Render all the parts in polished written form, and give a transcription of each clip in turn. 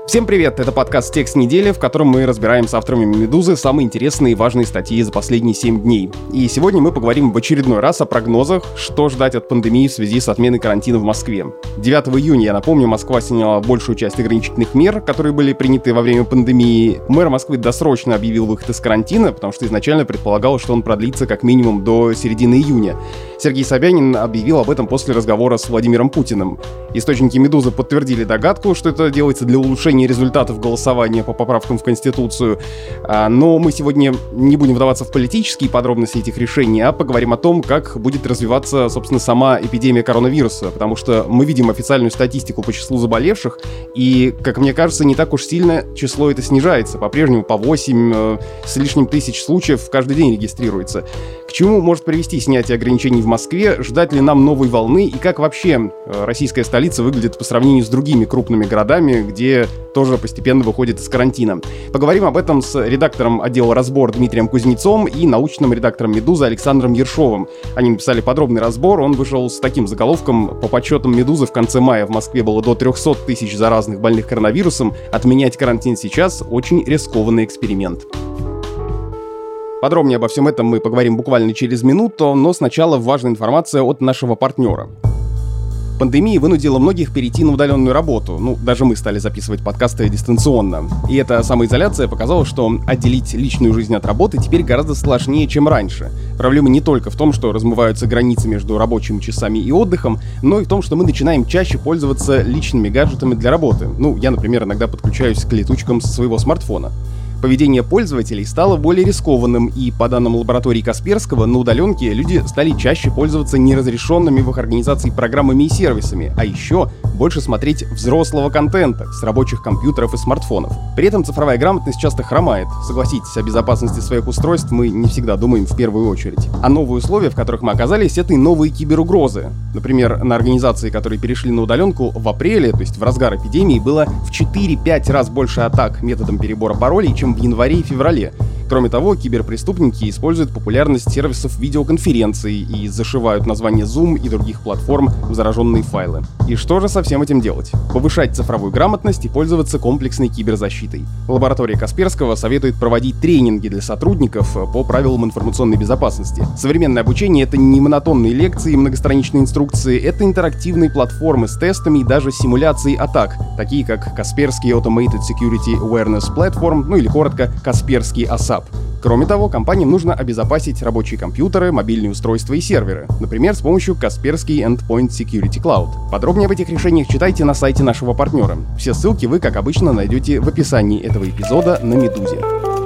Всем привет, это подкаст «Текст недели», в котором мы разбираем с авторами «Медузы» самые интересные и важные статьи за последние 7 дней. И сегодня мы поговорим в очередной раз о прогнозах, что ждать от пандемии в связи с отменой карантина в Москве. 9 июня, я напомню, Москва сняла большую часть ограничительных мер, которые были приняты во время пандемии. Мэр Москвы досрочно объявил выход из карантина, потому что изначально предполагалось, что он продлится как минимум до середины июня. Сергей Собянин объявил об этом после разговора с Владимиром Путиным. Источники «Медузы» подтвердили догадку, что это делается для улучшения результатов голосования по поправкам в Конституцию. Но мы сегодня не будем вдаваться в политические подробности этих решений, а поговорим о том, как будет развиваться, собственно, сама эпидемия коронавируса. Потому что мы видим официальную статистику по числу заболевших, и, как мне кажется, не так уж сильно число это снижается. По-прежнему по 8 с лишним тысяч случаев каждый день регистрируется. К чему может привести снятие ограничений в Москве? Ждать ли нам новой волны? И как вообще российская столица выглядит по сравнению с другими крупными городами, где тоже постепенно выходит из карантина? Поговорим об этом с редактором отдела «Разбор» Дмитрием Кузнецом и научным редактором «Медузы» Александром Ершовым. Они написали подробный разбор, он вышел с таким заголовком: по подсчетам «Медузы» в конце мая в Москве было до 300 тысяч заразных больных коронавирусом. Отменять карантин сейчас — очень рискованный эксперимент. Подробнее обо всем этом мы поговорим буквально через минуту, но сначала важная информация от нашего партнера. Пандемия вынудила многих перейти на удаленную работу. Даже мы стали записывать подкасты дистанционно. И эта самоизоляция показала, что отделить личную жизнь от работы теперь гораздо сложнее, чем раньше. Проблема не только в том, что размываются границы между рабочими часами и отдыхом, но и в том, что мы начинаем чаще пользоваться личными гаджетами для работы. Я, например, иногда подключаюсь к летучкам со своего смартфона. Поведение пользователей стало более рискованным, и, по данным лаборатории Касперского, на удаленке люди стали чаще пользоваться неразрешенными в их организации программами и сервисами, а еще больше смотреть взрослого контента с рабочих компьютеров и смартфонов. При этом цифровая грамотность часто хромает. Согласитесь, о безопасности своих устройств мы не всегда думаем в первую очередь. А новые условия, в которых мы оказались, это и новые киберугрозы. Например, на организации, которые перешли на удаленку в апреле, то есть в разгар эпидемии, было в 4-5 раз больше атак методом перебора паролей, чем в январе и феврале. Кроме того, киберпреступники используют популярность сервисов видеоконференций и зашивают названия Zoom и других платформ в зараженные файлы. И что же со всем этим делать? Повышать цифровую грамотность и пользоваться комплексной киберзащитой. Лаборатория Касперского советует проводить тренинги для сотрудников по правилам информационной безопасности. Современное обучение — это не монотонные лекции и многостраничные инструкции, это интерактивные платформы с тестами и даже симуляцией атак, такие как Kaspersky Automated Security Awareness Platform, или коротко Kaspersky ASAP. Кроме того, компаниям нужно обезопасить рабочие компьютеры, мобильные устройства и серверы, например, с помощью Kaspersky Endpoint Security Cloud. Подробнее об этих решениях читайте на сайте нашего партнера. Все ссылки вы, как обычно, найдете в описании этого эпизода на «Медузе».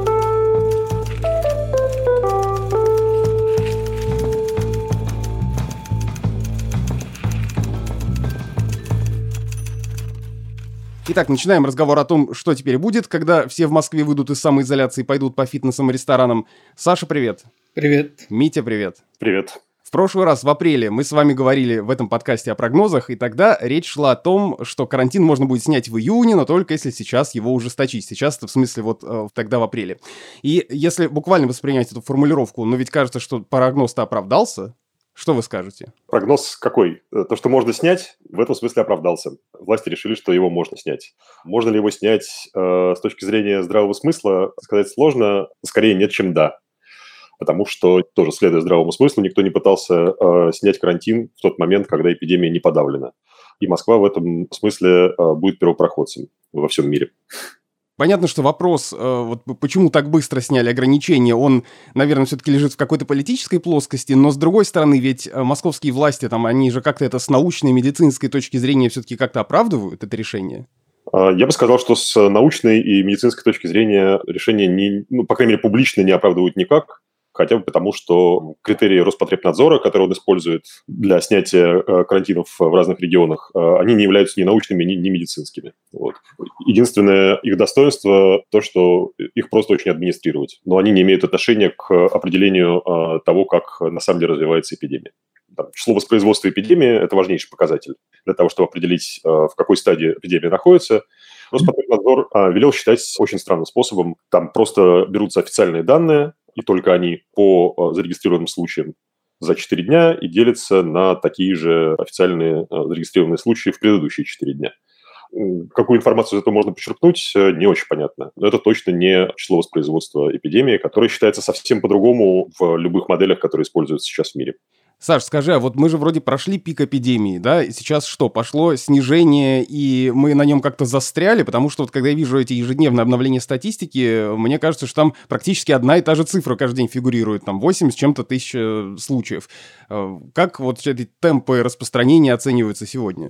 Итак, начинаем разговор о том, что теперь будет, когда все в Москве выйдут из самоизоляции и пойдут по фитнесам и ресторанам. Саша, привет. Привет. Митя, привет. Привет. В прошлый раз, в апреле, мы с вами говорили в этом подкасте о прогнозах, и тогда речь шла о том, что карантин можно будет снять в июне, но только если сейчас его ужесточить. Сейчас это в смысле тогда в апреле. И если буквально воспринять эту формулировку, но ведь кажется, что прогноз-то оправдался. Что вы скажете? Прогноз какой? То, что можно снять, в этом смысле оправдался. Власти решили, что его можно снять. Можно ли его снять с точки зрения здравого смысла, сказать сложно. Скорее нет, чем да. Потому что, тоже следуя здравому смыслу, никто не пытался снять карантин в тот момент, когда эпидемия не подавлена. И Москва в этом смысле будет первопроходцем во всем мире. Понятно, что вопрос, почему так быстро сняли ограничения, он, наверное, все-таки лежит в какой-то политической плоскости, но, с другой стороны, ведь московские власти, они же как-то это с научной, медицинской точки зрения все-таки как-то оправдывают это решение? Я бы сказал, что с научной и медицинской точки зрения решение, по крайней мере, публично не оправдывают никак. Хотя бы потому, что критерии Роспотребнадзора, которые он использует для снятия карантинов в разных регионах, они не являются ни научными, ни медицинскими. Вот. Единственное их достоинство – то, что их просто очень администрировать. Но они не имеют отношения к определению того, как на самом деле развивается эпидемия. Число воспроизводства эпидемии – это важнейший показатель для того, чтобы определить, в какой стадии эпидемия находится. Роспотребнадзор велел считать очень странным способом. Там просто берутся официальные данные, и только они по зарегистрированным случаям за 4 дня и делятся на такие же официальные зарегистрированные случаи в предыдущие 4 дня. Какую информацию из этого можно почерпнуть, не очень понятно. Но это точно не число воспроизводства эпидемии, которое считается совсем по-другому в любых моделях, которые используются сейчас в мире. Саш, скажи, а вот мы же вроде прошли пик эпидемии, да, и сейчас что, пошло снижение, и мы на нем как-то застряли, потому что вот когда я вижу эти ежедневные обновления статистики, мне кажется, что там практически одна и та же цифра каждый день фигурирует, там 8 с чем-то тысяч случаев. Как вот эти темпы распространения оцениваются сегодня?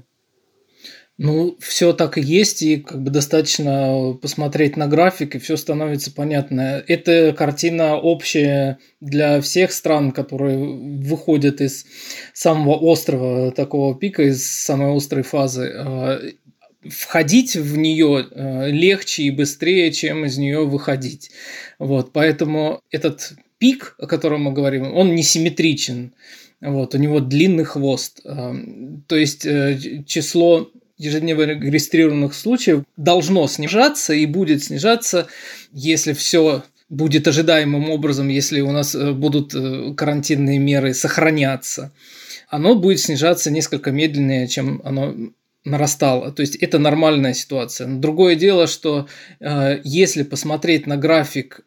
Ну, все так и есть, и как бы достаточно посмотреть на график, и все становится понятно. Эта картина общая для всех стран, которые выходят из самого острого такого пика, из самой острой фазы. Входить в нее легче и быстрее, чем из нее выходить. Вот, поэтому этот пик, о котором мы говорим, он несимметричен. Вот, у него длинный хвост. То есть число ежедневно регистрированных случаев должно снижаться и будет снижаться, если все будет ожидаемым образом, если у нас будут карантинные меры сохраняться. Оно будет снижаться несколько медленнее, чем оно нарастало. То есть это нормальная ситуация. Но другое дело, что если посмотреть на график,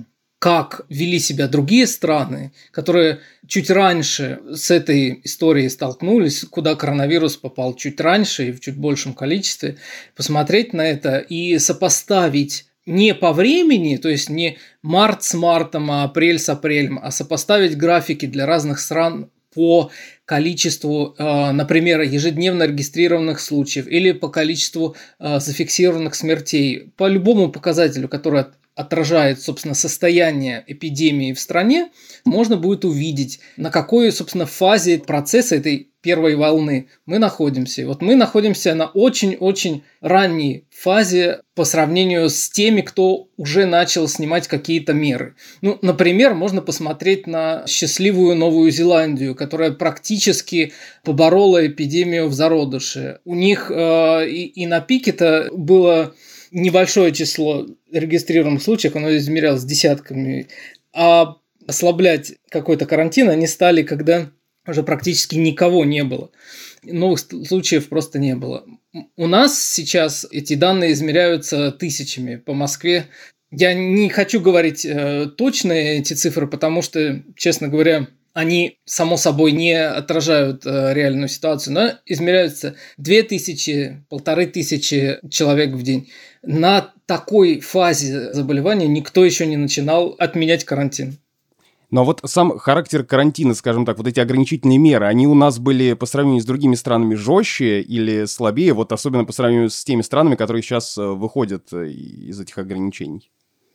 как вели себя другие страны, которые чуть раньше с этой историей столкнулись, куда коронавирус попал чуть раньше и в чуть большем количестве, посмотреть на это и сопоставить не по времени, то есть не март с мартом, а апрель с апрелем, а сопоставить графики для разных стран по количеству, например, ежедневно регистрированных случаев или по количеству зафиксированных смертей, по любому показателю, который отражает, собственно, состояние эпидемии в стране, можно будет увидеть, на какой, собственно, фазе процесса этой первой волны мы находимся. И вот мы находимся на очень-очень ранней фазе по сравнению с теми, кто уже начал снимать какие-то меры. Ну, например, можно посмотреть на счастливую Новую Зеландию, которая практически поборола эпидемию в зародыше. У них и на пике-то было небольшое число регистрированных случаев, оно измерялось десятками, а ослаблять какой-то карантин они стали, когда уже практически никого не было. Новых случаев просто не было. У нас сейчас эти данные измеряются тысячами. По Москве я не хочу говорить точные эти цифры, потому что, честно говоря, они, само собой, не отражают реальную ситуацию, но измеряются 2000, 1500 человек в день. На такой фазе заболевания никто еще не начинал отменять карантин. Но вот сам характер карантина, скажем так, вот эти ограничительные меры, они у нас были по сравнению с другими странами жестче или слабее, вот особенно по сравнению с теми странами, которые сейчас выходят из этих ограничений?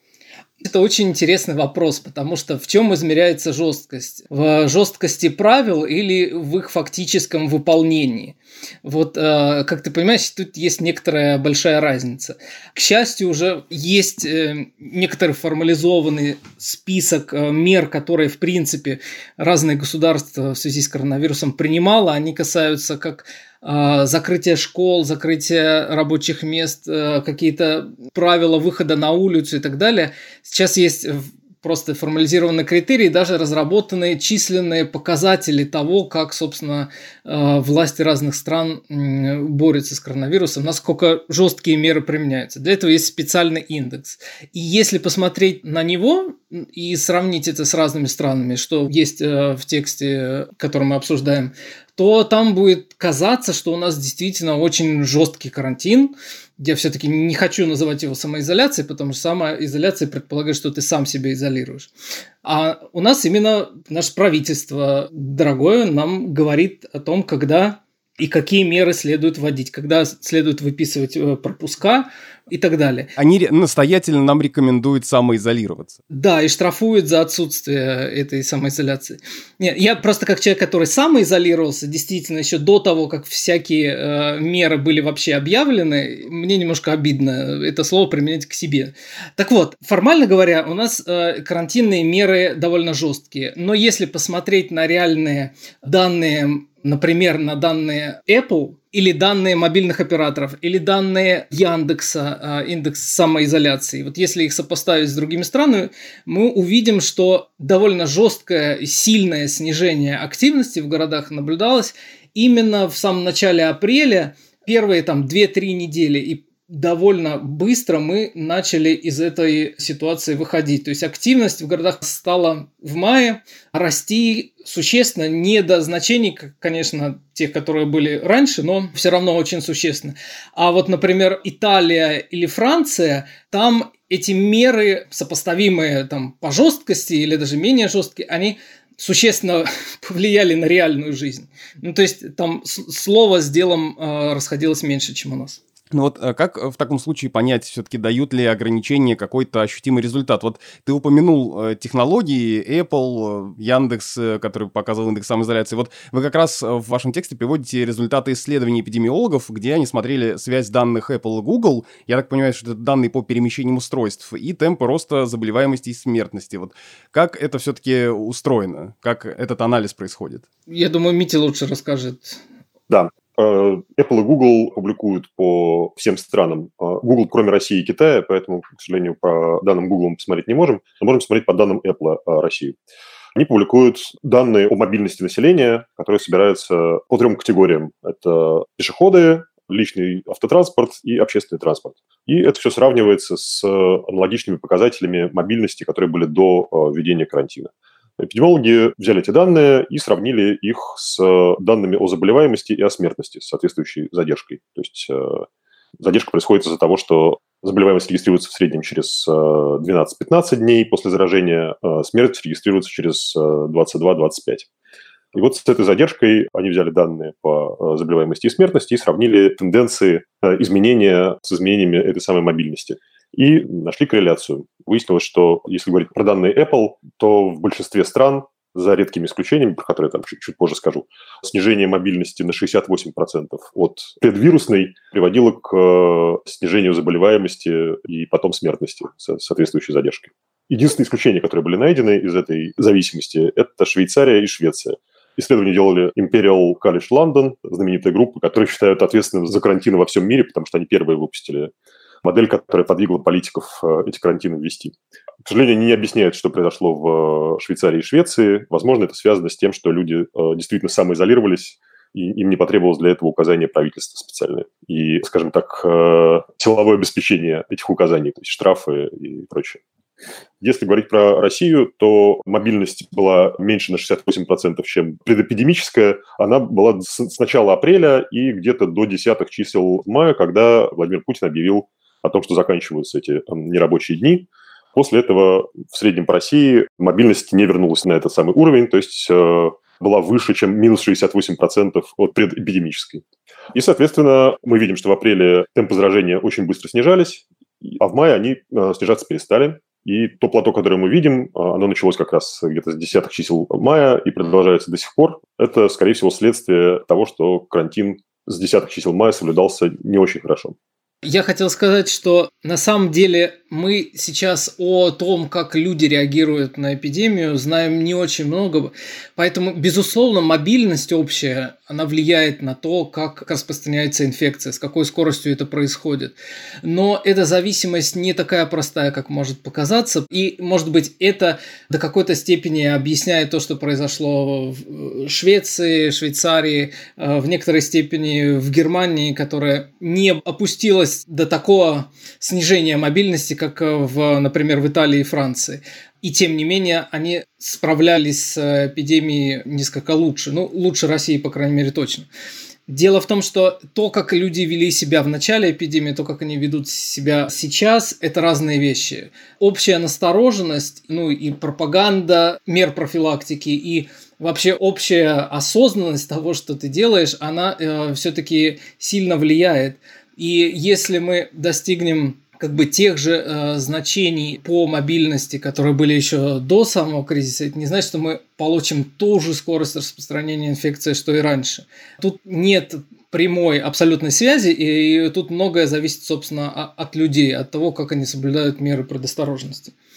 Это очень интересный вопрос, потому что в чем измеряется жесткость? В жесткости правил или в их фактическом выполнении? Вот, как ты понимаешь, тут есть некоторая большая разница. К счастью, уже есть некоторый формализованный список мер, которые, в принципе, разные государства в связи с коронавирусом принимало. Они касаются как закрытие школ, закрытие рабочих мест, какие-то правила выхода на улицу и так далее. Сейчас есть просто формализированные критерии, даже разработанные численные показатели того, как, собственно, власти разных стран борются с коронавирусом, насколько жесткие меры применяются. Для этого есть специальный индекс. И если посмотреть на него и сравнить это с разными странами, что есть в тексте, который мы обсуждаем, то там будет казаться, что у нас действительно очень жесткий карантин. Я все-таки не хочу называть его самоизоляцией, потому что самоизоляция предполагает, что ты сам себя изолируешь. А у нас именно наше правительство, дорогое, нам говорит о том, когда и какие меры следует вводить, когда следует выписывать пропуска и так далее. Они настоятельно нам рекомендуют самоизолироваться. Да, и штрафуют за отсутствие этой самоизоляции. Нет, я просто как человек, который самоизолировался, действительно, еще до того, как всякие меры были вообще объявлены, мне немножко обидно это слово применять к себе. Так вот, формально говоря, у нас карантинные меры довольно жесткие, но если посмотреть на реальные данные, например, на данные Apple или данные мобильных операторов, или данные Яндекса, индекс самоизоляции. Вот если их сопоставить с другими странами, мы увидим, что довольно жесткое и сильное снижение активности в городах наблюдалось именно в самом начале апреля, первые там 2-3 недели, и довольно быстро мы начали из этой ситуации выходить. То есть активность в городах стала в мае расти существенно, не до значений, конечно, тех, которые были раньше, но все равно очень существенно. А вот, например, Италия или Франция, там эти меры, сопоставимые там по жесткости или даже менее жесткие, они существенно повлияли на реальную жизнь. Ну, то есть там слово с делом расходилось меньше, чем у нас. Ну вот как в таком случае понять, все-таки дают ли ограничения какой-то ощутимый результат? Вот ты упомянул технологии, Apple, Яндекс, который показывал индекс самоизоляции. Вот вы как раз в вашем тексте приводите результаты исследований эпидемиологов, где они смотрели связь данных Apple и Google, я так понимаю, что это данные по перемещениям устройств, и темпы роста заболеваемости и смертности. Вот как это все-таки устроено? Как этот анализ происходит? Я думаю, Митя лучше расскажет. Да. Apple и Google публикуют по всем странам. Google, кроме России и Китая, поэтому, к сожалению, по данным Google мы посмотреть не можем, но можем смотреть по данным Apple России. Они публикуют данные о мобильности населения, которые собираются по 3 категориям. Это пешеходы, личный автотранспорт и общественный транспорт. И это все сравнивается с аналогичными показателями мобильности, которые были до введения карантина. Эпидемиологи взяли эти данные и сравнили их с данными о заболеваемости и о смертности с соответствующей задержкой. То есть задержка происходит из-за того, что заболеваемость регистрируется в среднем через 12-15 дней после заражения, смерть регистрируется через 22-25. И вот с этой задержкой они взяли данные по заболеваемости и смертности и сравнили тенденции изменения с изменениями этой самой мобильности. И нашли корреляцию. Выяснилось, что если говорить про данные Apple, то в большинстве стран, за редкими исключениями, про которые я там чуть позже скажу, снижение мобильности на 68% от предвирусной приводило к снижению заболеваемости и потом смертности с соответствующей задержкой. Единственные исключения, которые были найдены из этой зависимости, это Швейцария и Швеция. Исследование делали Imperial College London, знаменитая группа, которую считают ответственным за карантин во всем мире, потому что они первые выпустили модель, которая подвигла политиков эти карантины ввести. К сожалению, они не объясняют, что произошло в Швейцарии и Швеции. Возможно, это связано с тем, что люди действительно самоизолировались, и им не потребовалось для этого указания правительства специальное. И, скажем так, силовое обеспечение этих указаний, то есть штрафы и прочее. Если говорить про Россию, то мобильность была меньше на 68%, чем предэпидемическая. Она была с начала апреля и где-то до десятых чисел мая, когда Владимир Путин объявил о том, что заканчиваются эти нерабочие дни. После этого в среднем по России мобильность не вернулась на этот самый уровень, то есть была выше, чем минус 68% от предэпидемической. И, соответственно, мы видим, что в апреле темпы заражения очень быстро снижались, а в мае они снижаться перестали. И то плато, которое мы видим, оно началось как раз где-то с десятых чисел мая и продолжается до сих пор. Это, скорее всего, следствие того, что карантин с десятых чисел мая соблюдался не очень хорошо. Я хотел сказать, что на самом деле мы сейчас о том, как люди реагируют на эпидемию, знаем не очень много. Поэтому, безусловно, мобильность общая, она влияет на то, как распространяется инфекция, с какой скоростью это происходит. Но эта зависимость не такая простая, как может показаться. И, может быть, это до какой-то степени объясняет то, что произошло в Швеции, Швейцарии, в некоторой степени в Германии, которая не опустилась до такого снижения мобильности, как, например, в Италии и Франции. И тем не менее, они справлялись с эпидемией несколько лучше. Ну, лучше России, по крайней мере, точно. Дело в том, что то, как люди вели себя в начале эпидемии, то, как они ведут себя сейчас, это разные вещи. Общая настороженность, ну и пропаганда мер профилактики, и вообще общая осознанность того, что ты делаешь, она все-таки сильно влияет. И если мы достигнем как бы тех же значений по мобильности, которые были еще до самого кризиса, это не значит, что мы получим ту же скорость распространения инфекции, что и раньше. Тут нет прямой абсолютной связи, и тут многое зависит, собственно, от людей, от того, как они соблюдают меры предосторожности.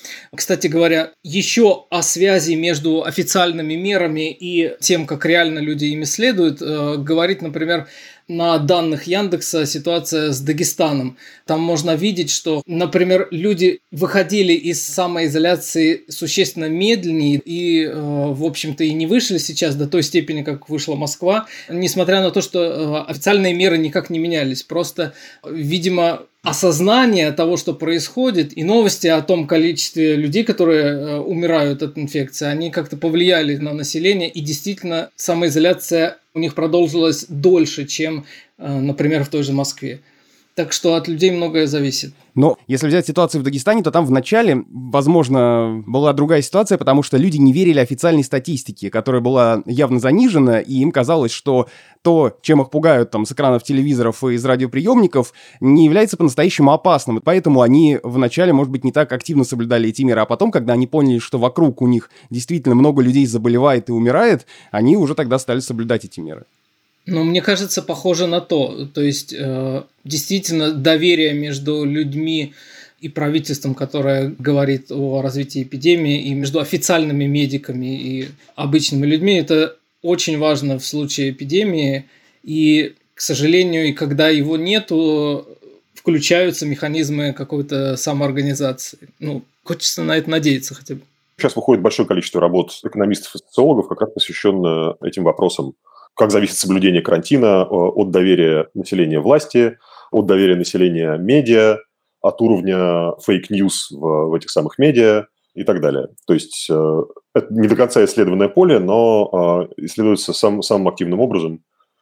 Кстати говоря, еще о связи между официальными мерами и тем, как реально люди ими следуют, говорит, например, на данных Яндекса ситуация с Дагестаном. Там можно видеть, что, например, люди выходили из самоизоляции существенно медленнее и, в общем-то, и не вышли сейчас до той степени, как вышла Москва, несмотря на то, что официальные меры никак не менялись. Просто, видимо, осознание того, что происходит, и новости о том количестве людей, которые умирают от инфекции, они как-то повлияли на население, и действительно самоизоляция у них продолжилась дольше, чем, например, в той же Москве. Так что от людей многое зависит. Но если взять ситуацию в Дагестане, то там в начале, возможно, была другая ситуация, потому что люди не верили официальной статистике, которая была явно занижена, и им казалось, что то, чем их пугают там с экранов телевизоров и из радиоприемников, не является по-настоящему опасным. Поэтому они вначале, может быть, не так активно соблюдали эти меры, а потом, когда они поняли, что вокруг у них действительно много людей заболевает и умирает, они уже тогда стали соблюдать эти меры. Ну, мне кажется, похоже на то. То есть, действительно, доверие между людьми и правительством, которое говорит о развитии эпидемии, и между официальными медиками и обычными людьми, это очень важно в случае эпидемии. И, к сожалению, и когда его нету, включаются механизмы какой-то самоорганизации. Ну, хочется на это надеяться хотя бы. Сейчас выходит большое количество работ экономистов и социологов, как раз посвященно этим вопросам. Как зависит соблюдение карантина от доверия населения власти, от доверия населения медиа, от уровня фейк-ньюс в этих самых медиа и так далее. То есть это не до конца исследованное поле, но исследуется самым активным образом.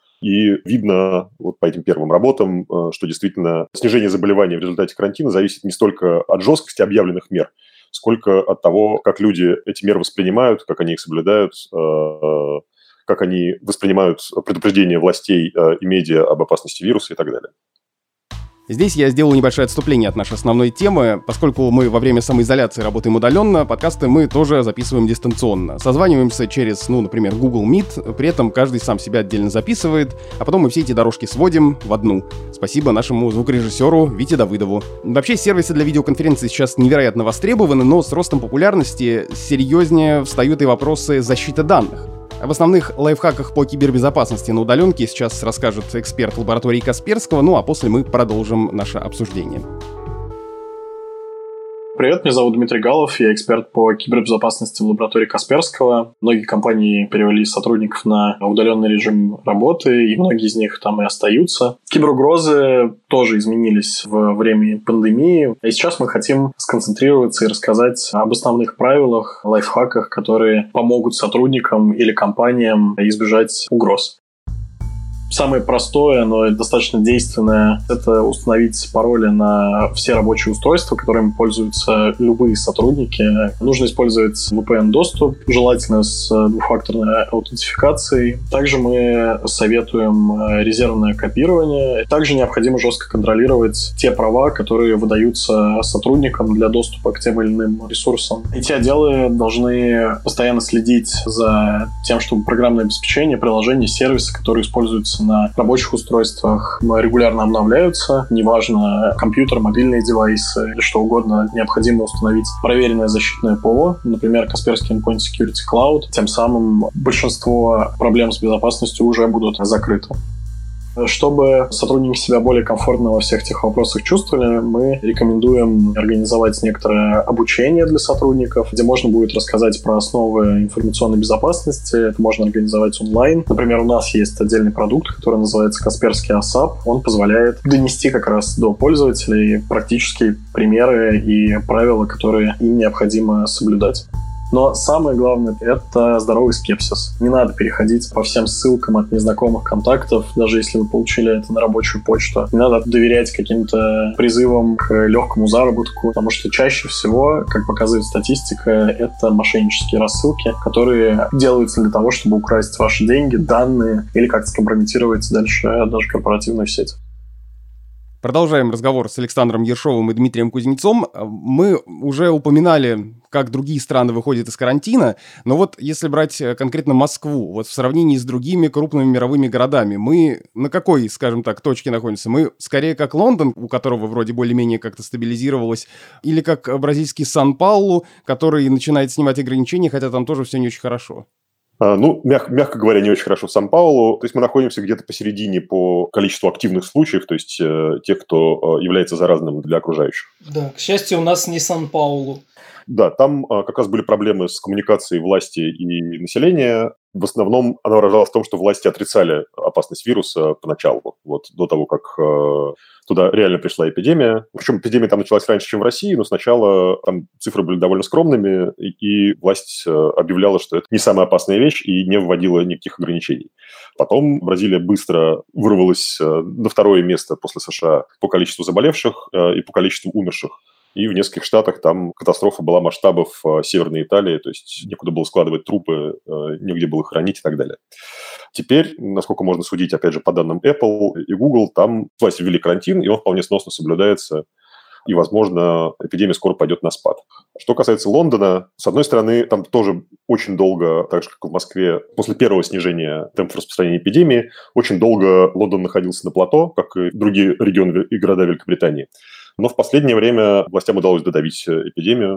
И видно вот по этим первым работам, что действительно снижение заболеваний в результате карантина зависит не столько от жесткости объявленных мер, сколько от того, как люди эти меры воспринимают, как они их соблюдают, как они воспринимают предупреждения властей и медиа об опасности вируса и так далее. Здесь я сделаю небольшое отступление от нашей основной темы. Поскольку мы во время самоизоляции работаем удаленно, подкасты мы тоже записываем дистанционно. Созваниваемся через, например, Google Meet, при этом каждый сам себя отдельно записывает, а потом мы все эти дорожки сводим в одну. Спасибо нашему звукорежиссеру Вите Давыдову. Вообще, сервисы для видеоконференций сейчас невероятно востребованы, но с ростом популярности серьезнее встают и вопросы защиты данных. Об основных лайфхаках по кибербезопасности на удаленке сейчас расскажет эксперт лаборатории Касперского, а после мы продолжим наше обсуждение. Привет, меня зовут Дмитрий Галов, я эксперт по кибербезопасности в лаборатории Касперского. Многие компании перевели сотрудников на удаленный режим работы, и многие из них там и остаются. Киберугрозы тоже изменились в время пандемии, и сейчас мы хотим сконцентрироваться и рассказать об основных правилах, лайфхаках, которые помогут сотрудникам или компаниям избежать угроз. Самое простое, но достаточно действенное – это установить пароли на все рабочие устройства, которыми пользуются любые сотрудники. Нужно использовать VPN-доступ, желательно с двухфакторной аутентификацией. Также мы советуем резервное копирование. Также необходимо жестко контролировать те права, которые выдаются сотрудникам для доступа к тем или иным ресурсам. Эти отделы должны постоянно следить за тем, чтобы программное обеспечение, приложения, сервисы, которые используются на рабочих устройствах, регулярно обновляются. Неважно, компьютер, мобильные девайсы или что угодно, необходимо установить проверенное защитное ПО, например, Kaspersky Endpoint Security Cloud. Тем самым большинство проблем с безопасностью уже будут закрыты. Чтобы сотрудники себя более комфортно во всех этих вопросах чувствовали, мы рекомендуем организовать некоторое обучение для сотрудников, где можно будет рассказать про основы информационной безопасности. Это можно организовать онлайн. Например, у нас есть отдельный продукт, который называется Kaspersky ASAP. Он позволяет донести как раз до пользователей практические примеры и правила, которые им необходимо соблюдать. Но самое главное – это здоровый скепсис. Не надо переходить по всем ссылкам от незнакомых контактов, даже если вы получили это на рабочую почту. Не надо доверять каким-то призывам к легкому заработку, потому что чаще всего, как показывает статистика, это мошеннические рассылки, которые делаются для того, чтобы украсть ваши деньги, данные или как-то скомпрометировать дальше даже корпоративную сеть. Продолжаем разговор с Александром Ершовым и Дмитрием Кузнецом. Мы уже упоминали, как другие страны выходят из карантина, но вот если брать конкретно Москву, вот в сравнении с другими крупными мировыми городами, мы на какой, скажем так, точке находимся? Мы скорее как Лондон, у которого вроде более-менее как-то стабилизировалось, или как бразильский Сан-Паулу, который начинает снимать ограничения, хотя там тоже все не очень хорошо? Мягко говоря, не очень хорошо в Сан-Паулу. То есть мы находимся где-то посередине по количеству активных случаев, то есть тех, кто является заразным для окружающих. Да, к счастью, у нас не Сан-Паулу. Да, там как раз были проблемы с коммуникацией власти и населения. В основном она выражалась в том, что власти отрицали опасность вируса поначалу, вот до того, как туда реально пришла эпидемия. Причем эпидемия там началась раньше, чем в России, но сначала там цифры были довольно скромными, и власть объявляла, что это не самая опасная вещь и не вводила никаких ограничений. Потом Бразилия быстро вырвалась на второе место после США по количеству заболевших и по количеству умерших. И в нескольких штатах там катастрофа была масштабов Северной Италии, то есть некуда было складывать трупы, негде было хранить и так далее. Теперь, насколько можно судить, опять же, по данным Apple и Google, там власти ввели карантин, и он вполне сносно соблюдается, и, возможно, эпидемия скоро пойдет на спад. Что касается Лондона, с одной стороны, там тоже очень долго, так же, как и в Москве, после первого снижения темпов распространения эпидемии, очень долго Лондон находился на плато, как и другие регионы и города Великобритании. Но в последнее время властям удалось додавить эпидемию,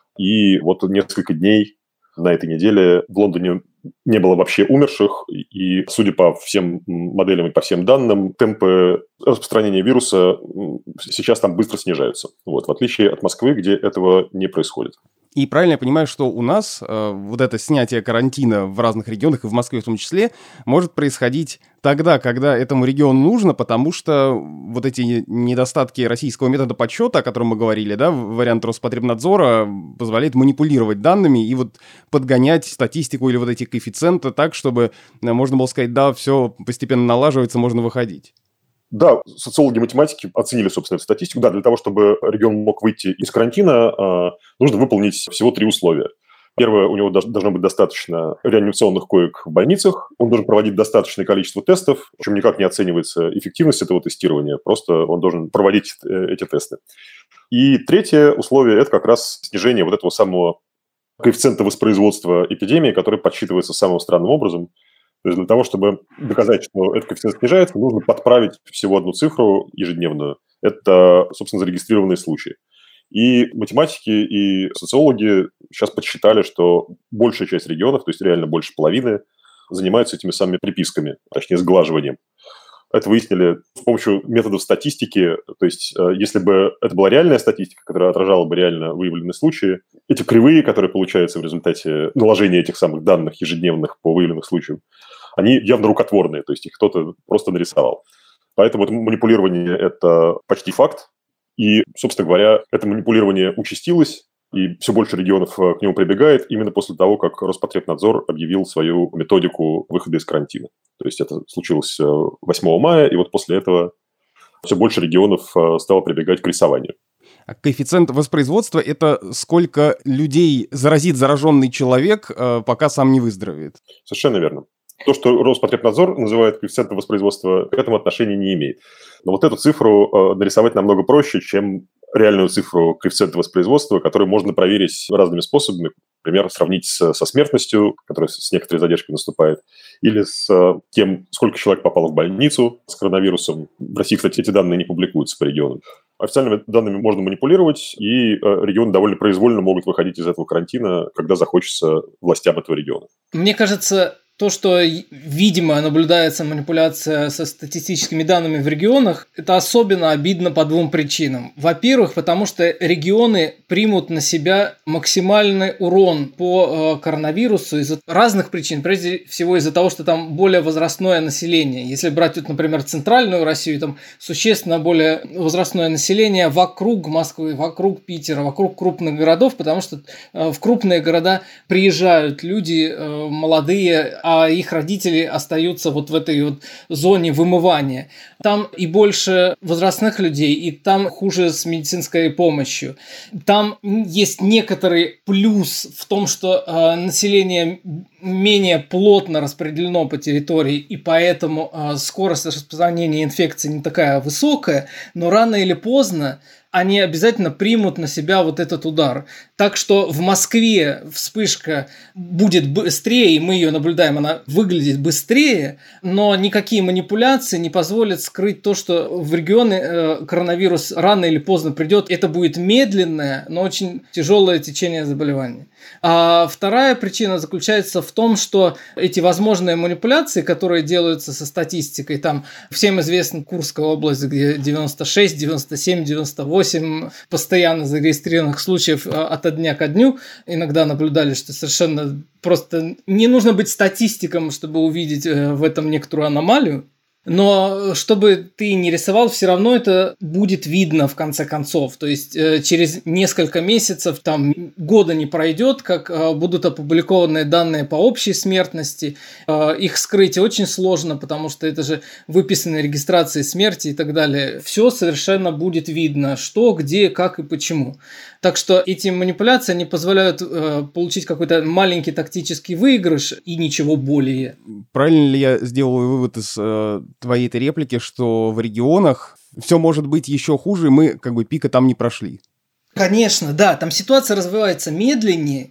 и вот несколько дней на этой неделе в Лондоне не было вообще умерших, и, судя по всем моделям и по всем данным, темпы распространения вируса сейчас там быстро снижаются, вот, в отличие от Москвы, где этого не происходит. И правильно я понимаю, что у нас вот это снятие карантина в разных регионах, и в Москве в том числе, может происходить тогда, когда этому региону нужно, потому что вот эти недостатки российского метода подсчета, о котором мы говорили, да, вариант Роспотребнадзора, позволяет манипулировать данными и вот подгонять статистику или вот эти коэффициенты так, чтобы можно было сказать, да, все постепенно налаживается, можно выходить. Да, социологи и математики оценили, собственно, эту статистику. Да, для того, чтобы регион мог выйти из карантина, нужно выполнить всего 3 условия. Первое, у него должно быть достаточно реанимационных коек в больницах, он должен проводить достаточное количество тестов, причем никак не оценивается эффективность этого тестирования, просто он должен проводить эти тесты. И третье условие – это как раз снижение вот этого самого коэффициента воспроизводства эпидемии, который подсчитывается самым странным образом. То есть для того, чтобы доказать, что этот коэффициент снижается, нужно подправить всего одну цифру ежедневную. Это, собственно, зарегистрированные случаи. И математики, и социологи сейчас подсчитали, что большая часть регионов, то есть реально больше половины, занимаются этими самыми приписками, точнее, сглаживанием. Это выяснили с помощью методов статистики. То есть если бы это была реальная статистика, которая отражала бы реально выявленные случаи, эти кривые, которые получаются в результате наложения этих самых данных ежедневных по выявленных случаям, они явно рукотворные, то есть их кто-то просто нарисовал. Поэтому это манипулирование – это почти факт. И, собственно говоря, это манипулирование участилось, и все больше регионов к нему прибегает именно после того, как Роспотребнадзор объявил свою методику выхода из карантина. То есть это случилось 8 мая, и вот после этого все больше регионов стало прибегать к рисованию. А коэффициент воспроизводства – это сколько людей заразит зараженный человек, пока сам не выздоровеет? Совершенно верно. То, что Роспотребнадзор называет коэффициентом воспроизводства, к этому отношения не имеет. Но вот эту цифру нарисовать намного проще, чем реальную цифру коэффициента воспроизводства, которую можно проверить разными способами. Например, сравнить со смертностью, которая с некоторой задержкой наступает, или с тем, сколько человек попало в больницу с коронавирусом. В России, кстати, эти данные не публикуются по регионам. Официальными данными можно манипулировать, и регионы довольно произвольно могут выходить из этого карантина, когда захочется властям этого региона. Мне кажется, то, что, видимо, наблюдается манипуляция со статистическими данными в регионах, это особенно обидно по 2 причинам. Во-первых, потому что регионы примут на себя максимальный урон по коронавирусу из-за разных причин. Прежде всего из-за того, что там более возрастное население. Если брать, вот, например, центральную Россию, там существенно более возрастное население вокруг Москвы, вокруг Питера, вокруг крупных городов, потому что в крупные города приезжают люди молодые, а их родители остаются вот в этой вот зоне вымывания. Там и больше возрастных людей, и там хуже с медицинской помощью. Там есть некоторый плюс в том, что население менее плотно распределено по территории, и поэтому скорость распространения инфекции не такая высокая, но рано или поздно они обязательно примут на себя вот этот удар. Так что в Москве вспышка будет быстрее, и мы ее наблюдаем, она выглядит быстрее, но никакие манипуляции не позволят скрыть то, что в регионы коронавирус рано или поздно придет. Это будет медленное, но очень тяжелое течение заболевания. А вторая причина заключается в том, что эти возможные манипуляции, которые делаются со статистикой, там всем известна Курская область, где 96, 97, 98 постоянно зарегистрированных случаев от дня ко дню. Иногда наблюдали, что совершенно просто не нужно быть статистиком, чтобы увидеть в этом некоторую аномалию. Но чтобы ты не рисовал, все равно это будет видно в конце концов. То есть через несколько месяцев, там года не пройдет, как будут опубликованы данные по общей смертности. Их скрыть очень сложно, потому что это же выписанные регистрации смерти и так далее. Все совершенно будет видно, что, где, как и почему. Так что эти манипуляции не позволяют получить какой-то маленький тактический выигрыш и ничего более. Правильно ли я сделал вывод из твоей этой реплики, что в регионах все может быть еще хуже, и мы как бы пика там не прошли? Конечно, да, там ситуация развивается медленнее,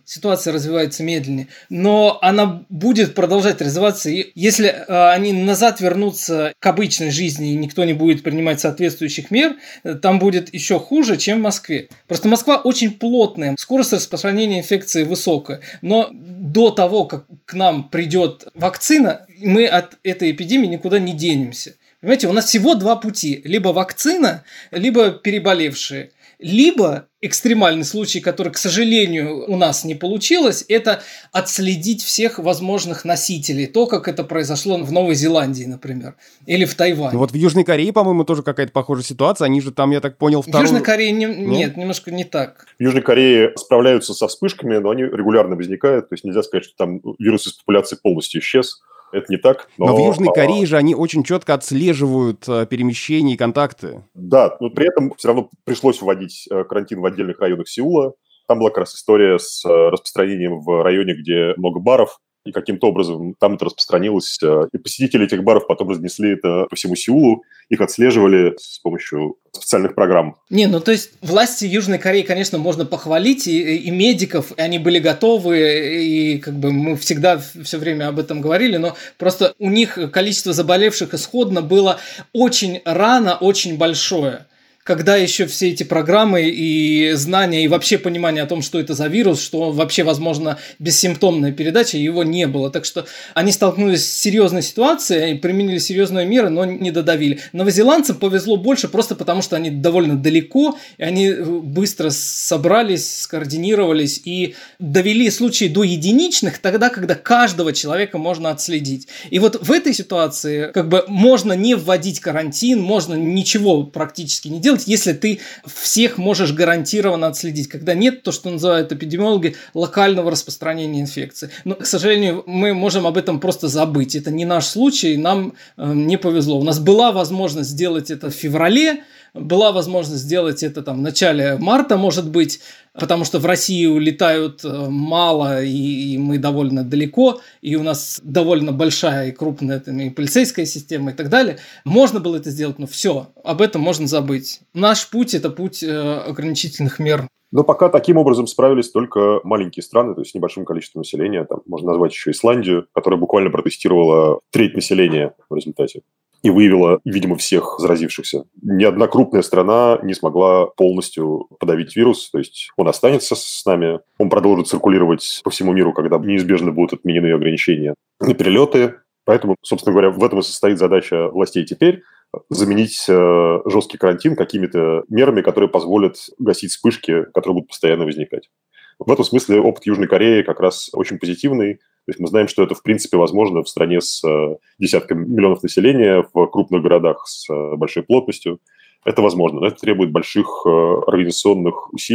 но она будет продолжать развиваться. И если они назад вернутся к обычной жизни и никто не будет принимать соответствующих мер, там будет еще хуже, чем в Москве. Просто Москва очень плотная, скорость распространения инфекции высокая, но до того, как к нам придет вакцина, мы от этой эпидемии никуда не денемся. Понимаете, у нас всего два пути: либо вакцина, либо переболевшие. Либо экстремальный случай, который, к сожалению, у нас не получилось, это отследить всех возможных носителей. То, как это произошло в Новой Зеландии, например, или в Тайване. Ну вот в Южной Корее, по-моему, тоже какая-то похожая ситуация. Они же там, я так понял, В Южной Корее нет, немножко не так. В Южной Корее справляются со вспышками, но они регулярно возникают. То есть нельзя сказать, что там вирус из популяции полностью исчез. Это не так. Но в Южной Корее же они очень четко отслеживают перемещения и контакты. Да, но при этом все равно пришлось вводить карантин в отдельных районах Сеула. Там была как раз история с распространением в районе, где много баров, и каким-то образом там это распространилось. И посетители этих баров потом разнесли это по всему Сеулу, их отслеживали с помощью специальных программ. То есть власти Южной Кореи, конечно, можно похвалить, и медиков, и они были готовы, и как бы мы всегда все время об этом говорили, но просто у них количество заболевших исходно было очень рано, очень большое. Когда еще все эти программы и знания, и вообще понимание о том, что это за вирус, что вообще возможно бессимптомная передача, его не было. Так что они столкнулись с серьезной ситуацией, применили серьезные меры, но не додавили. Новозеландцам повезло больше просто потому, что они довольно далеко, и они быстро собрались, скоординировались и довели случаи до единичных тогда, когда каждого человека можно отследить. И вот в этой ситуации как бы можно не вводить карантин, можно ничего практически не делать, если ты всех можешь гарантированно отследить, когда нет то, что называют эпидемиологи, локального распространения инфекции. Но, к сожалению, мы можем об этом просто забыть. Это не наш случай, нам не повезло. У нас была возможность сделать это в феврале, была возможность сделать это в начале марта, может быть, потому что в Россию летают мало, и мы довольно далеко, и у нас довольно большая и крупная и полицейская система и так далее. Можно было это сделать, но все, об этом можно забыть. Наш путь – это путь ограничительных мер. Но пока таким образом справились только маленькие страны, то есть с небольшим количеством населения. Там можно назвать еще Исландию, которая буквально протестировала треть населения в результате и выявила, видимо, всех заразившихся. Ни одна крупная страна не смогла полностью подавить вирус, то есть он останется с нами, он продолжит циркулировать по всему миру, когда неизбежно будут отменены ограничения на перелеты. Поэтому, собственно говоря, в этом и состоит задача властей теперь – заменить жесткий карантин какими-то мерами, которые позволят гасить вспышки, которые будут постоянно возникать. В этом смысле опыт Южной Кореи как раз очень позитивный. То есть мы знаем, что это в принципе возможно в стране с десятками миллионов населения, в крупных городах с большой плотностью. Это возможно, но это требует больших организационных усилий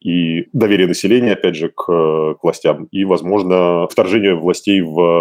и доверие населения, опять же, к властям, и, возможно, вторжение властей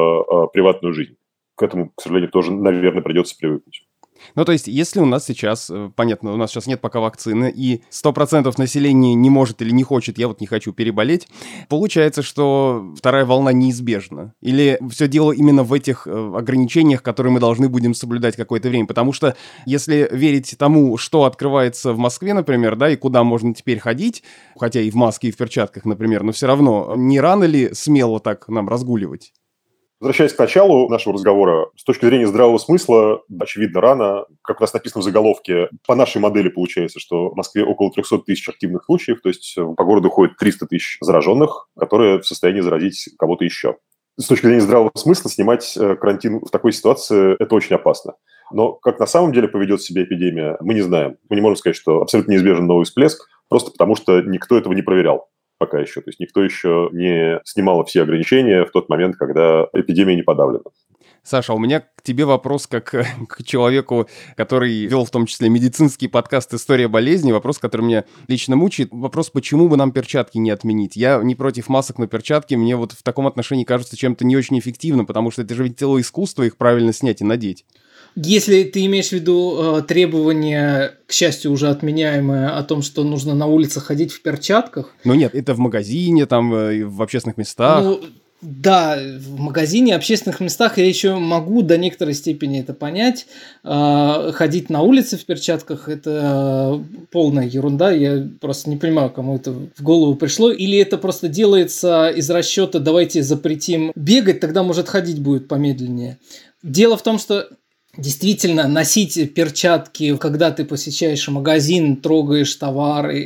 в приватную жизнь. К этому, к сожалению, тоже, наверное, придется привыкнуть. Ну, то есть, если у нас сейчас, понятно, у нас сейчас нет пока вакцины, и 100% населения не может или не хочет, я вот не хочу переболеть, получается, что вторая волна неизбежна? Или все дело именно в этих ограничениях, которые мы должны будем соблюдать какое-то время? Потому что, если верить тому, что открывается в Москве, например, да, и куда можно теперь ходить, хотя и в маске, и в перчатках, например, но все равно, не рано ли смело так нам разгуливать? Возвращаясь к началу нашего разговора, с точки зрения здравого смысла, очевидно, рано. Как у нас написано в заголовке, по нашей модели получается, что в Москве около 300 тысяч активных случаев, то есть по городу ходит 300 тысяч зараженных, которые в состоянии заразить кого-то еще. С точки зрения здравого смысла снимать карантин в такой ситуации – это очень опасно. Но как на самом деле поведет себя эпидемия, мы не знаем. Мы не можем сказать, что абсолютно неизбежен новый всплеск, просто потому что никто этого не проверял. Пока еще. То есть никто еще не снимал все ограничения в тот момент, когда эпидемия не подавлена. Саша, у меня к тебе вопрос как к человеку, который вел в том числе медицинский подкаст «История болезни». Вопрос, который меня лично мучает. Вопрос, почему бы нам перчатки не отменить? Я не против масок, но перчатки мне вот в таком отношении кажется чем-то не очень эффективным, потому что это же ведь целое искусство их правильно снять и надеть. Если ты имеешь в виду требования, к счастью, уже отменяемые, о том, что нужно на улице ходить в перчатках... Ну нет, это в магазине, там, в общественных местах. Ну, да, в магазине, общественных местах я еще могу до некоторой степени это понять. Ходить на улице в перчатках – это полная ерунда. Я просто не понимаю, кому это в голову пришло. Или это просто делается из расчета «давайте запретим бегать, тогда, может, ходить будет помедленнее». Дело в том, что действительно, носить перчатки, когда ты посещаешь магазин, трогаешь товары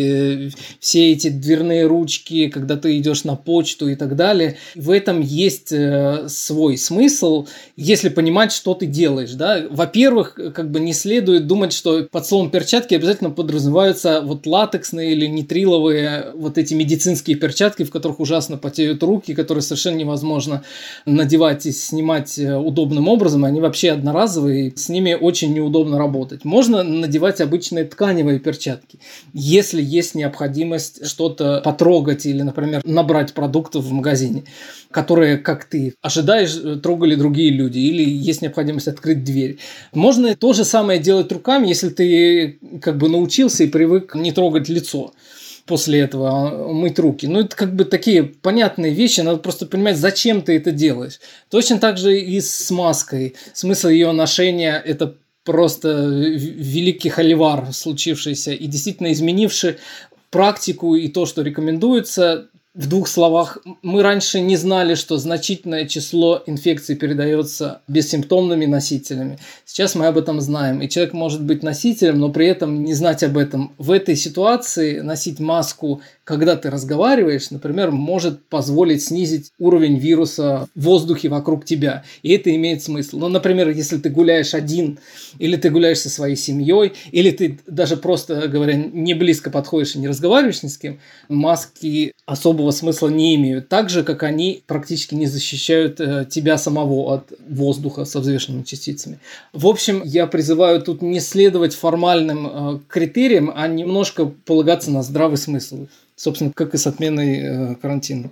и все эти дверные ручки, когда ты идешь на почту и так далее, в этом есть свой смысл, если понимать, что ты делаешь. Да? Во-первых, как бы не следует думать, что под словом перчатки обязательно подразумеваются вот латексные или нитриловые вот эти медицинские перчатки, в которых ужасно потеют руки, которые совершенно невозможно надевать и снимать удобным образом, они вообще одноразовые, с ними очень неудобно работать. Можно надевать обычные тканевые перчатки, если есть необходимость что-то потрогать или, например, набрать продуктов в магазине, которые, как ты ожидаешь, трогали другие люди, или есть необходимость открыть дверь. Можно то же самое делать руками, если ты как бы научился и привык не трогать лицо. После этого мыть руки. Ну, это как бы такие понятные вещи, надо просто понимать, зачем ты это делаешь. Точно так же и с маской. Смысл ее ношения – это просто великий холивар, случившийся и действительно изменивший практику и то, что рекомендуется. В двух словах, мы раньше не знали, что значительное число инфекций передается бессимптомными носителями. Сейчас мы об этом знаем. И человек может быть носителем, но при этом не знать об этом. В этой ситуации носить маску, когда ты разговариваешь, например, может позволить снизить уровень вируса в воздухе вокруг тебя. И это имеет смысл. Но, например, если ты гуляешь один, или ты гуляешь со своей семьей, или ты даже просто, говоря, не близко подходишь и не разговариваешь ни с кем, маски особого смысла не имеют. Так же, как они практически не защищают тебя самого от воздуха со взвешенными частицами. В общем, я призываю тут не следовать формальным критериям, а немножко полагаться на здравый смысл. Собственно, как и с отменой карантина.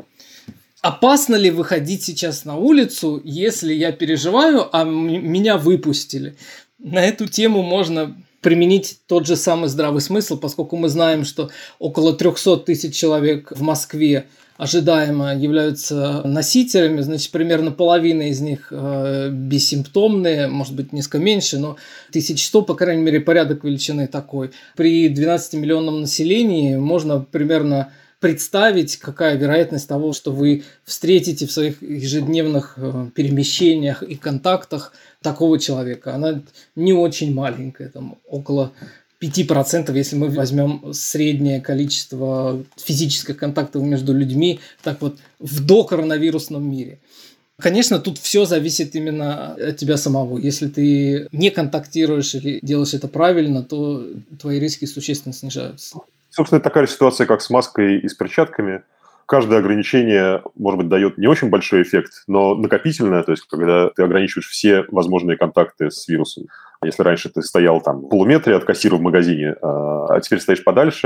Опасно ли выходить сейчас на улицу, если я переживаю, а меня выпустили? На эту тему можно применить тот же самый здравый смысл, поскольку мы знаем, что около 300 тысяч человек в Москве ожидаемо являются носителями, значит, примерно половина из них бессимптомные, может быть, несколько меньше, но 1100, по крайней мере, порядок величины такой. При 12-миллионном населении можно примерно представить, какая вероятность того, что вы встретите в своих ежедневных перемещениях и контактах такого человека. Она не очень маленькая, там около 5%, если мы возьмем среднее количество физических контактов между людьми, так вот в докоронавирусном мире. Конечно, тут все зависит именно от тебя самого. Если ты не контактируешь или делаешь это правильно, то твои риски существенно снижаются. Собственно, это такая же ситуация, как с маской и с перчатками. Каждое ограничение, может быть, дает не очень большой эффект, но накопительное, то есть когда ты ограничиваешь все возможные контакты с вирусом. Если раньше ты стоял там в полуметре от кассира в магазине, а теперь стоишь подальше, это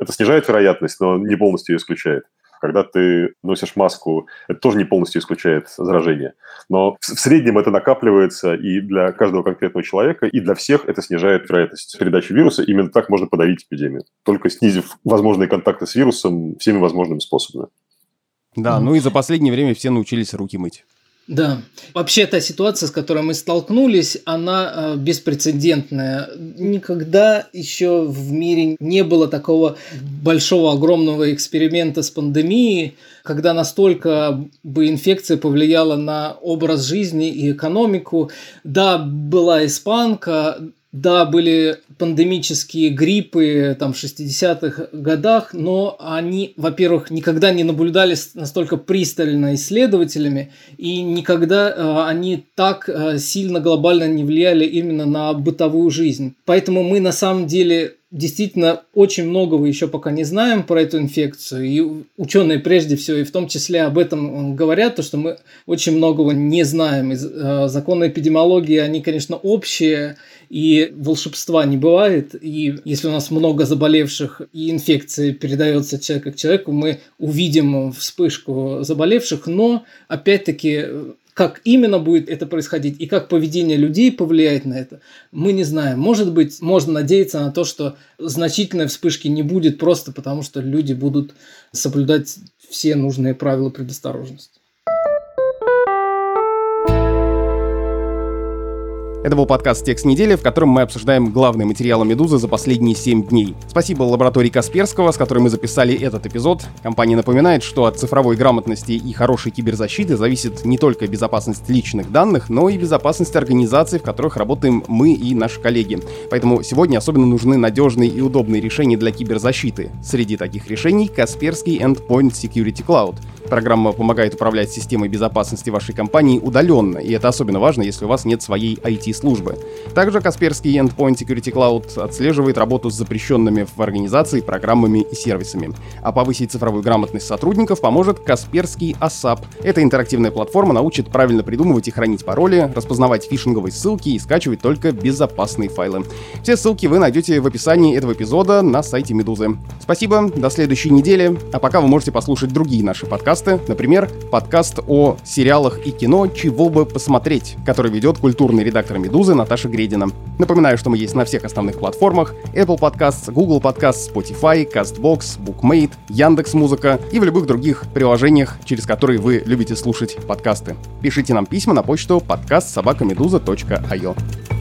Это снижает вероятность, но не полностью ее исключает. Когда ты носишь маску, это тоже не полностью исключает заражение. Но в среднем это накапливается и для каждого конкретного человека, и для всех это снижает вероятность передачи вируса. Именно так можно подавить эпидемию. Только снизив возможные контакты с вирусом всеми возможными способами. Да, ну и за последнее время все научились руки мыть. Да. Вообще, та ситуация, с которой мы столкнулись, она беспрецедентная. Никогда еще в мире не было такого большого, огромного эксперимента с пандемией, когда настолько бы инфекция повлияла на образ жизни и экономику. Да, была испанка, да, были пандемические гриппы там, в 60-х годах, но они, во-первых, никогда не наблюдались настолько пристально исследователями, и никогда они так сильно глобально не влияли именно на бытовую жизнь. Поэтому мы на самом деле действительно очень многого еще пока не знаем про эту инфекцию, и ученые прежде всего и в том числе об этом говорят, то, что мы очень многого не знаем. Законы эпидемиологии, они, конечно, общие, и волшебства не бывает, и если у нас много заболевших и инфекция передается от человека к человеку, мы увидим вспышку заболевших, но опять-таки как именно будет это происходить и как поведение людей повлияет на это, мы не знаем. Может быть, можно надеяться на то, что значительной вспышки не будет просто потому, что люди будут соблюдать все нужные правила предосторожности. Это был подкаст «Текст недели», в котором мы обсуждаем главные материалы «Медузы» за последние 7 дней. Спасибо лаборатории Касперского, с которой мы записали этот эпизод. Компания напоминает, что от цифровой грамотности и хорошей киберзащиты зависит не только безопасность личных данных, но и безопасность организаций, в которых работаем мы и наши коллеги. Поэтому сегодня особенно нужны надежные и удобные решения для киберзащиты. Среди таких решений Касперский Endpoint Security Cloud. Программа помогает управлять системой безопасности вашей компании удаленно, и это особенно важно, если у вас нет своей IT-службы. Также Касперский Endpoint Security Cloud отслеживает работу с запрещенными в организации программами и сервисами. А повысить цифровую грамотность сотрудников поможет Касперский ASAP. Эта интерактивная платформа научит правильно придумывать и хранить пароли, распознавать фишинговые ссылки и скачивать только безопасные файлы. Все ссылки вы найдете в описании этого эпизода на сайте Медузы. Спасибо, до следующей недели, а пока вы можете послушать другие наши подкасты. Например, подкаст о сериалах и кино «Чего бы посмотреть», который ведет культурный редактор «Медузы» Наташа Гредина. Напоминаю, что мы есть на всех основных платформах: Apple Podcasts, Google Podcasts, Spotify, CastBox, BookMate, Яндекс.Музыка и в любых других приложениях, через которые вы любите слушать подкасты. Пишите нам письма на почту podcast@meduza.io.